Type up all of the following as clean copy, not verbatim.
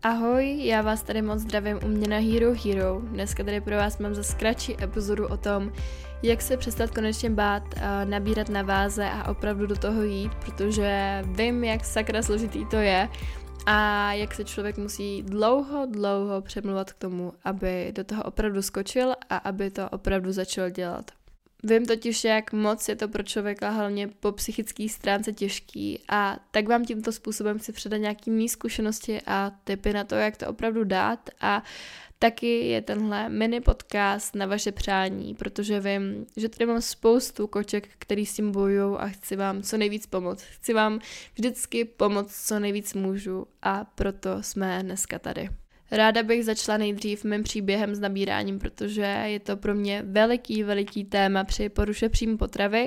Ahoj, já vás tady moc zdravím u mě na Hero Hero. Dneska tady pro vás mám zase kratší epizodu o tom, jak se přestat konečně bát, nabírat na váze a opravdu do toho jít, protože vím, jak sakra složitý to je a jak se člověk musí dlouho přemluvat k tomu, aby do toho opravdu skočil a aby to opravdu začal dělat. Vím totiž, jak moc je to pro člověka hlavně po psychické stránce těžký a tak vám tímto způsobem chci předat nějaký mý zkušenosti a tipy na to, jak to opravdu dát a taky je tenhle mini podcast na vaše přání, protože vím, že tady mám spoustu koček, který s tím bojují a chci vám co nejvíc pomoct. Chci vám vždycky pomoct, co nejvíc můžu a proto jsme dneska tady. Ráda bych začala nejdřív mým příběhem s nabíráním, protože je to pro mě veliký téma při poruše příjmu potravy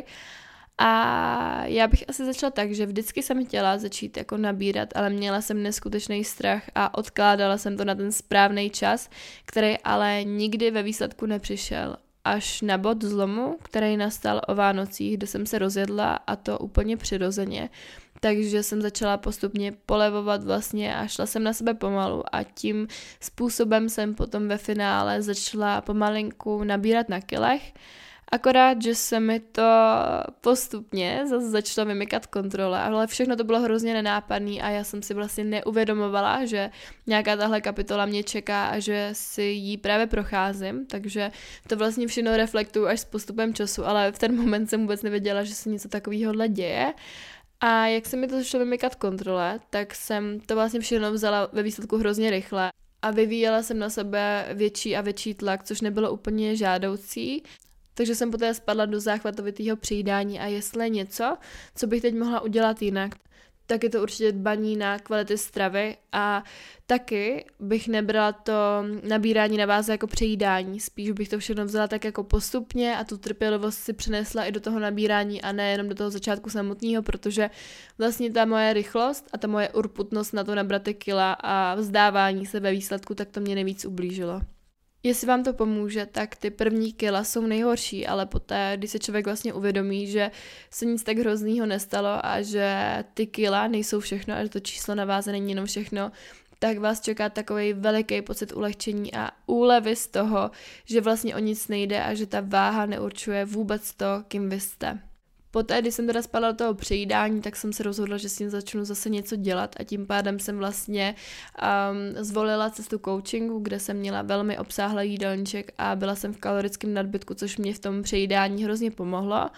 a já bych asi začala tak, že vždycky jsem chtěla začít jako nabírat, ale měla jsem neskutečný strach a odkládala jsem to na ten správný čas, který ale nikdy ve výsledku nepřišel. Až na bod zlomu, který nastal o Vánocích, kde jsem se rozjedla a to úplně přirozeně. Takže jsem začala postupně polevovat vlastně a šla jsem na sebe pomalu a tím způsobem jsem potom ve finále začala pomalinku nabírat na kilech. Akorát, že se mi to postupně zase začalo vymykat kontrole, ale všechno to bylo hrozně nenápadný a já jsem si vlastně neuvědomovala, že nějaká tahle kapitola mě čeká a že si jí právě procházím, takže to vlastně všechno reflektuju až s postupem času, ale v ten moment jsem vůbec nevěděla, že se něco takového děje. A jak se mi to začalo vymykat kontrole, tak jsem to vlastně všechno vzala ve výsledku hrozně rychle a vyvíjela jsem na sebe větší a větší tlak, což nebylo úplně žádoucí. Takže jsem poté spadla do záchvatovitého přejídání a jestli něco, co bych teď mohla udělat jinak, tak je to určitě dbaní na kvality stravy a taky bych nebrala to nabírání na váze jako přejídání, spíš bych to všechno vzala tak jako postupně a tu trpělivost si přenesla i do toho nabírání a nejenom do toho začátku samotného, protože vlastně ta moje rychlost a ta moje urputnost na to nabrat ty kila a vzdávání se ve výsledku, tak to mě nejvíc ublížilo. Jestli vám to pomůže, tak ty první kila jsou nejhorší, ale poté, když se člověk vlastně uvědomí, že se nic tak hroznýho nestalo a že ty kila nejsou všechno a že to číslo na váze není jenom všechno, tak vás čeká takový veliký pocit ulehčení a úlevy z toho, že vlastně o nic nejde a že ta váha neurčuje vůbec to, kým vy jste. Poté, když jsem teda spadla do toho přejídání, tak jsem se rozhodla, že s tím začnu zase něco dělat a tím pádem jsem vlastně zvolila cestu coachingu, kde jsem měla velmi obsáhlý jídelníček a byla jsem v kalorickém nadbytku, což mě v tom přejídání hrozně pomohlo.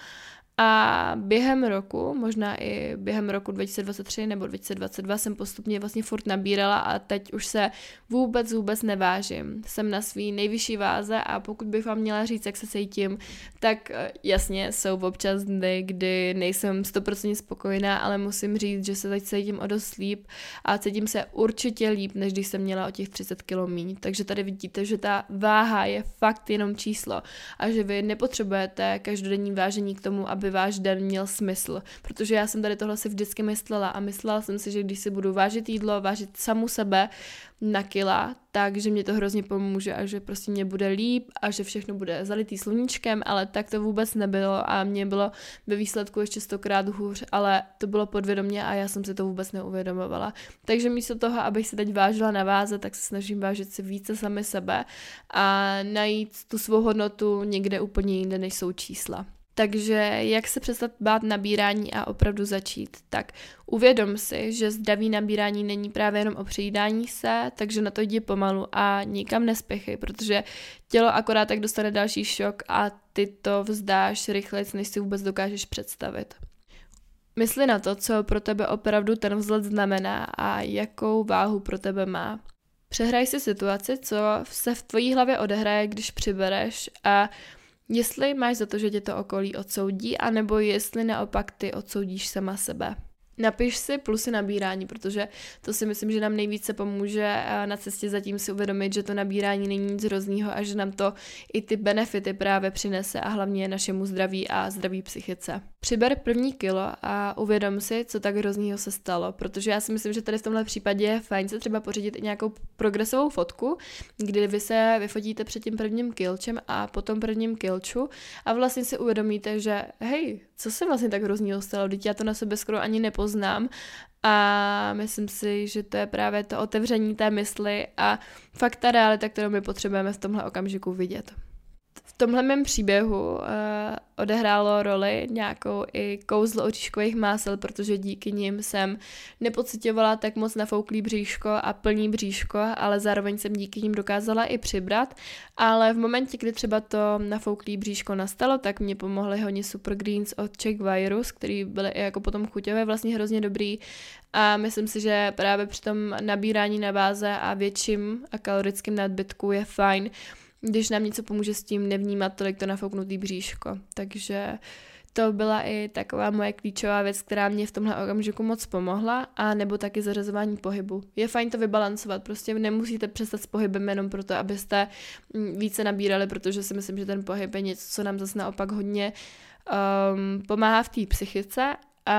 A během roku, možná i během roku 2023 nebo 2022 jsem postupně vlastně furt nabírala a teď už se vůbec nevážím. Jsem na svý nejvyšší váze a pokud bych vám měla říct, jak se cítím, tak jasně jsou občas dny, kdy nejsem 100% spokojená, ale musím říct, že se teď cítím o dost líp a cítím se určitě líp, než když jsem měla o těch 30 kg míň. Takže tady vidíte, že ta váha je fakt jenom číslo a že vy nepotřebujete každodenní vážení k tomu, aby váš den měl smysl, protože já jsem tady tohle si vždycky myslela a myslela jsem si, že když si budu vážit jídlo, vážit samu sebe na kila, takže mě to hrozně pomůže a že prostě mě bude líp a že všechno bude zalitý sluníčkem, ale tak to vůbec nebylo a mě bylo ve výsledku ještě 100krát hůř, ale to bylo podvědomě a já jsem si to vůbec neuvědomovala. Takže místo toho, abych se teď vážila na váze, tak se snažím vážit si více sami sebe a najít tu svou hodnotu někde úplně jinde, než jsou čísla. Takže jak se přestat bát nabírání a opravdu začít? Tak uvědom si, že zdravý nabírání není právě jenom o přejídání se, takže na to jdi pomalu a nikam nespěchej, protože tělo akorát tak dostane další šok a ty to vzdáš rychleji, než si vůbec dokážeš představit. Mysli na to, co pro tebe opravdu ten vzhled znamená a jakou váhu pro tebe má. Přehraj si situaci, co se v tvojí hlavě odehraje, když přibereš a jestli máš za to, že tě to okolí odsoudí, anebo jestli naopak ty odsoudíš sama sebe. Napiš si plusy nabírání, protože to si myslím, že nám nejvíce pomůže na cestě zatím si uvědomit, že to nabírání není nic hroznýho a že nám to i ty benefity právě přinese a hlavně našemu zdraví a zdraví psychice. Přiber první kilo a uvědom si, co tak hroznýho se stalo, protože já si myslím, že tady v tomhle případě je fajn se třeba pořídit i nějakou progresovou fotku, kdy vy se vyfotíte před tím prvním kilčem a potom prvním kilču a vlastně si uvědomíte, že hej, co se vlastně tak hroznýho stalo, teď já to na sebe skoro ani nepoznám a myslím si, že to je právě to otevření té mysli a fakt ta realita, kterou my potřebujeme v tomhle okamžiku vidět. V tomhle mém příběhu odehrálo roli nějakou i kouzlo oříškových másel, protože díky nim jsem nepocitovala tak moc nafouklý bříško a plný bříško, ale zároveň jsem díky nim dokázala i přibrat, ale v momentě, kdy třeba to nafouklý bříško nastalo, tak mě pomohly hodně Super Greens od Czech Virus, který byly i jako potom chuťové vlastně hrozně dobrý a myslím si, že právě při tom nabírání na váze a větším a kalorickým nadbytku je fajn, když nám něco pomůže s tím nevnímat tolik to nafouknutý bříško. Takže to byla i taková moje klíčová věc, která mě v tomhle okamžiku moc pomohla, a nebo taky zařazování pohybu. Je fajn to vybalancovat, prostě nemusíte přestat s pohybem jenom proto, abyste více nabírali, protože si myslím, že ten pohyb je něco, co nám zase naopak hodně pomáhá v té psychice.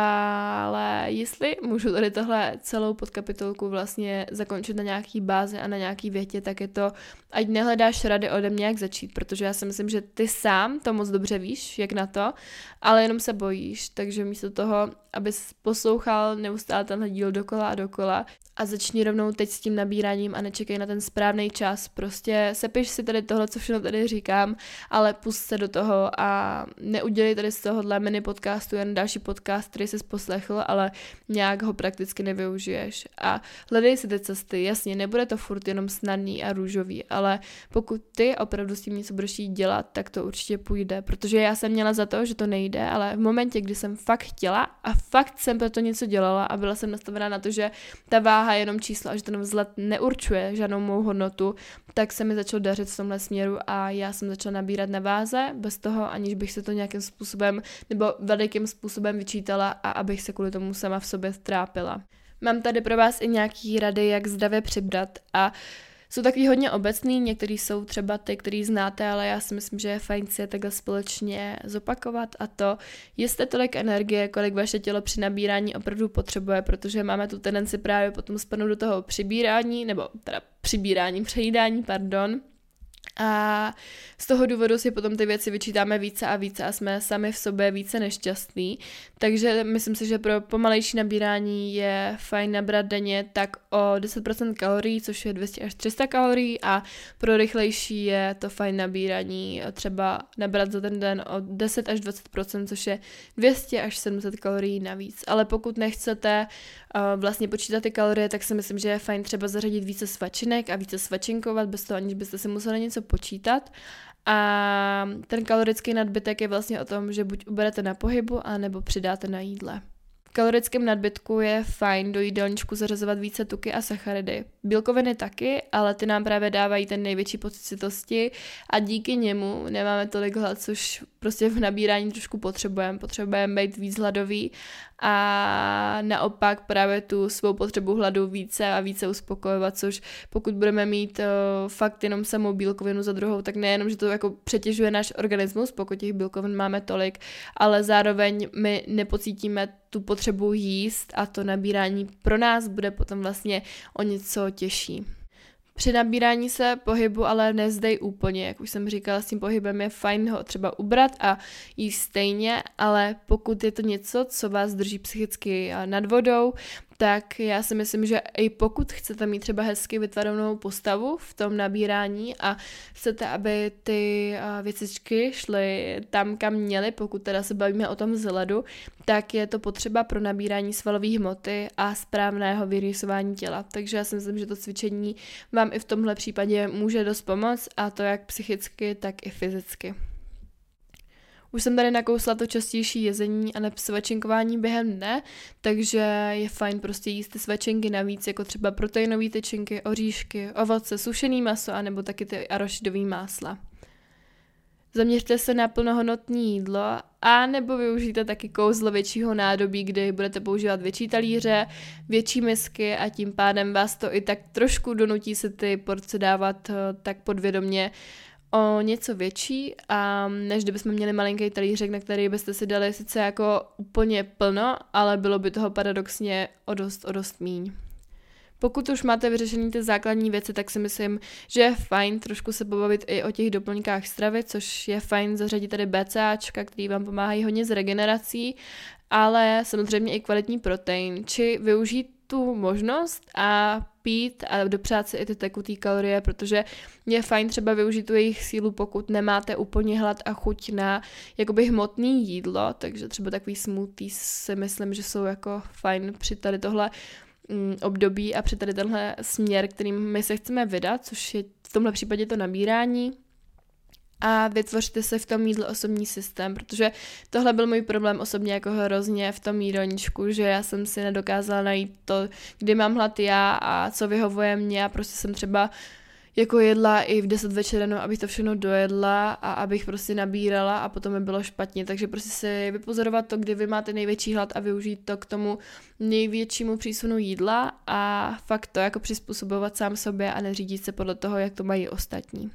Ale jestli můžu tady tohle celou podkapitolku vlastně zakončit na nějaký bázi a na nějaký větě, tak je to, ať nehledáš rady ode mě, jak začít, protože já si myslím, že ty sám to moc dobře víš, jak na to, ale jenom se bojíš, takže místo toho, abys poslouchal neustále tenhle díl dokola a dokola a začni rovnou teď s tím nabíráním a nečekej na ten správný čas, prostě sepiš si tady tohle, co všechno tady říkám, ale pust se do toho a neudělej tady z tohohle mini podcastu jen další podcast, který jsi poslechl, ale nějak ho prakticky nevyužiješ a hledej si ty cesty, jasně, nebude to furt jenom snadný a růžový, ale pokud ty opravdu s tím něco budeš jít dělat, tak to určitě půjde, protože já jsem měla za to, že to nejde, ale v momentě, kdy jsem fakt chtěla a fakt jsem pro to něco dělala a byla jsem nastavená na to, že ta váha je jenom číslo a že ten vzhled neurčuje žádnou mou hodnotu, tak se mi začalo dařit v tomhle směru a já jsem začala nabírat na váze bez toho, aniž bych se to nějakým způsobem nebo velikým způsobem vyčítala a abych se kvůli tomu sama v sobě trápila. Mám tady pro vás i nějaký rady, jak zdravě přibrat a jsou takový hodně obecný, některý jsou třeba ty, který znáte, ale já si myslím, že je fajn si je takhle společně zopakovat a to, jeste tolik energie, kolik vaše tělo při nabírání opravdu potřebuje, protože máme tu tendenci právě potom spadnout do toho přejídání, a z toho důvodu si potom ty věci vyčítáme více a více a jsme sami v sobě více nešťastní. Takže myslím si, že pro pomalejší nabírání je fajn nabrat denně tak o 10% kalorií, což je 200 až 300 kalorií a pro rychlejší je to fajn nabírání třeba nabrat za ten den o 10 až 20%, což je 200 až 700 kalorií navíc. Ale pokud nechcete vlastně počítat ty kalorie, tak si myslím, že je fajn třeba zařadit více svačinek a více svačinkovat bez toho, aniž byste si museli něco počítat. A ten kalorický nadbytek je vlastně o tom, že buď uberete na pohybu, anebo přidáte na jídle. V kalorickém nadbytku je fajn do jídelníčku zařazovat více tuky a sacharidy. Bílkoviny taky, ale ty nám právě dávají ten největší pocit sytosti a díky němu nemáme tolik hlad, což prostě v nabírání trošku potřebujeme. Potřebujeme být víc hladový a naopak právě tu svou potřebu hladu více a více uspokojovat, což pokud budeme mít fakt jenom samou bílkovinu za druhou, tak nejenom, že to jako přetěžuje náš organismus, pokud těch bílkovin máme tolik, ale zároveň my nepocítíme tu potřebu jíst a to nabírání pro nás bude potom vlastně o něco těžší. Při nabírání se pohybu ale nezdej úplně, jak už jsem říkala, s tím pohybem je fajn ho třeba ubrat a jíst stejně, ale pokud je to něco, co vás drží psychicky nad vodou, tak já si myslím, že i pokud chcete mít třeba hezky vytvarovanou postavu v tom nabírání a chcete, aby ty věcičky šly tam, kam měly, pokud teda se bavíme o tom vzhledu, tak je to potřeba pro nabírání svalové hmoty a správného vyrýsování těla. Takže já si myslím, že to cvičení vám i v tomhle případě může dost pomoct a to jak psychicky, tak i fyzicky. Už jsem tady nakousla to častější jezení a svačinkování během dne, takže je fajn prostě jíst ty svačinky navíc, jako třeba proteinové tyčinky, oříšky, ovoce, sušený maso a nebo taky ty arašidový másla. Zaměřte se na plnohodnotné jídlo a nebo využijte taky kouzlo většího nádobí, kdy budete používat větší talíře, větší misky a tím pádem vás to i tak trošku donutí se ty porce dávat tak podvědomě o něco větší, a než kdybychom měli malinký talířek, na který byste si dali sice jako úplně plno, ale bylo by toho paradoxně o dost míň. Pokud už máte vyřešený ty základní věci, tak si myslím, že je fajn trošku se pobavit i o těch doplňkách stravy, což je fajn zařadit tady BCAčka, který vám pomáhají hodně s regenerací ale samozřejmě i kvalitní protein, či využít tu možnost a pít a dopřát si i ty tekutý kalorie, protože je fajn třeba využít tu jejich sílu, pokud nemáte úplně hlad a chuť na jakoby hmotný jídlo, takže třeba takový smoothies si myslím, že jsou jako fajn při tady tohle období a při tady tenhle směr, kterým my se chceme vydat, což je v tomhle případě to nabírání. A vytvořte si v tom jídle osobní systém, protože tohle byl můj problém osobně jako hrozně v tom jídelníčku, že já jsem si nedokázala najít to, kdy mám hlad já a co vyhovuje mě a prostě jsem třeba jako jedla i v 10 večer ráno, abych to všechno dojedla a abych prostě nabírala a potom mi bylo špatně, takže prostě si vypozorovat to, kdy vy máte největší hlad a využít to k tomu největšímu přísunu jídla a fakt to jako přizpůsobovat sám sobě a neřídit se podle toho, jak to mají ostatní.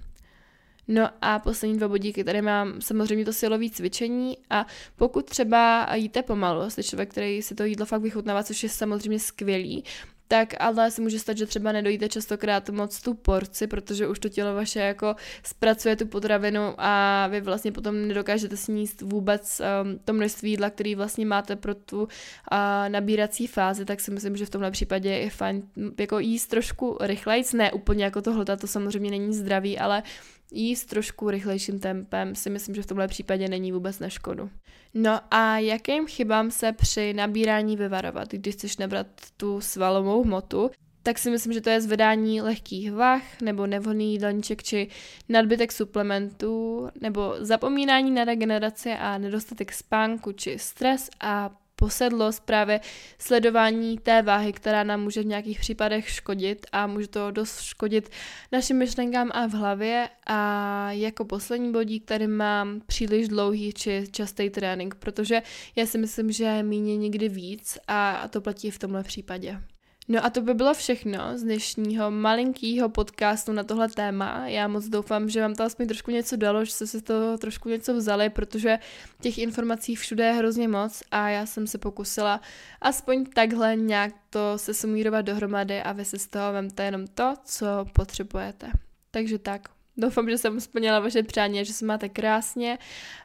No a poslední 2 bodíky, tady mám samozřejmě to silové cvičení a pokud třeba jíte pomalu, jste člověk, který si to jídlo fakt vychutnává, což je samozřejmě skvělý, tak ale si může stát, že třeba nedojíte častokrát moc tu porci, protože už to tělo vaše jako zpracuje tu potravinu a vy vlastně potom nedokážete sníst vůbec to množství jídla, který vlastně máte pro tu nabírací fázi, tak si myslím, že v tomhle případě je fajn jako jíst trošku rychlejc, ne úplně jako to hltat, to samozřejmě není zdravý, ale jíst trošku rychlejším tempem si myslím, že v tomhle případě není vůbec na škodu. No a jakým chybám se při nabírání vyvarovat, když chceš nabrat tu svalovou hmotu, tak si myslím, že to je zvedání lehkých vah, nebo nevhodný jídelníček, či nadbytek suplementů, nebo zapomínání na regeneraci a nedostatek spánku, či stres a posedlost, právě sledování té váhy, která nám může v nějakých případech škodit a může to dost škodit našim myšlenkám a v hlavě. A jako poslední bodík tady mám příliš dlouhý či častý trénink, protože já si myslím, že míně někdy víc a to platí v tomhle případě. No a to by bylo všechno z dnešního malinkýho podcastu na tohle téma. Já moc doufám, že vám to aspoň trošku něco dalo, že jste si to trošku něco vzali, protože těch informací všude je hrozně moc a já jsem se pokusila aspoň takhle nějak to se sumírovat dohromady a vy si z toho vemte jenom to, co potřebujete. Takže tak. Doufám, že jsem splnila vaše přání, že se máte krásně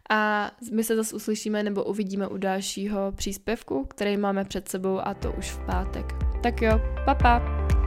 a my se zase uslyšíme nebo uvidíme u dalšího příspěvku, který máme před sebou a to už v pátek. Tak jo, pa.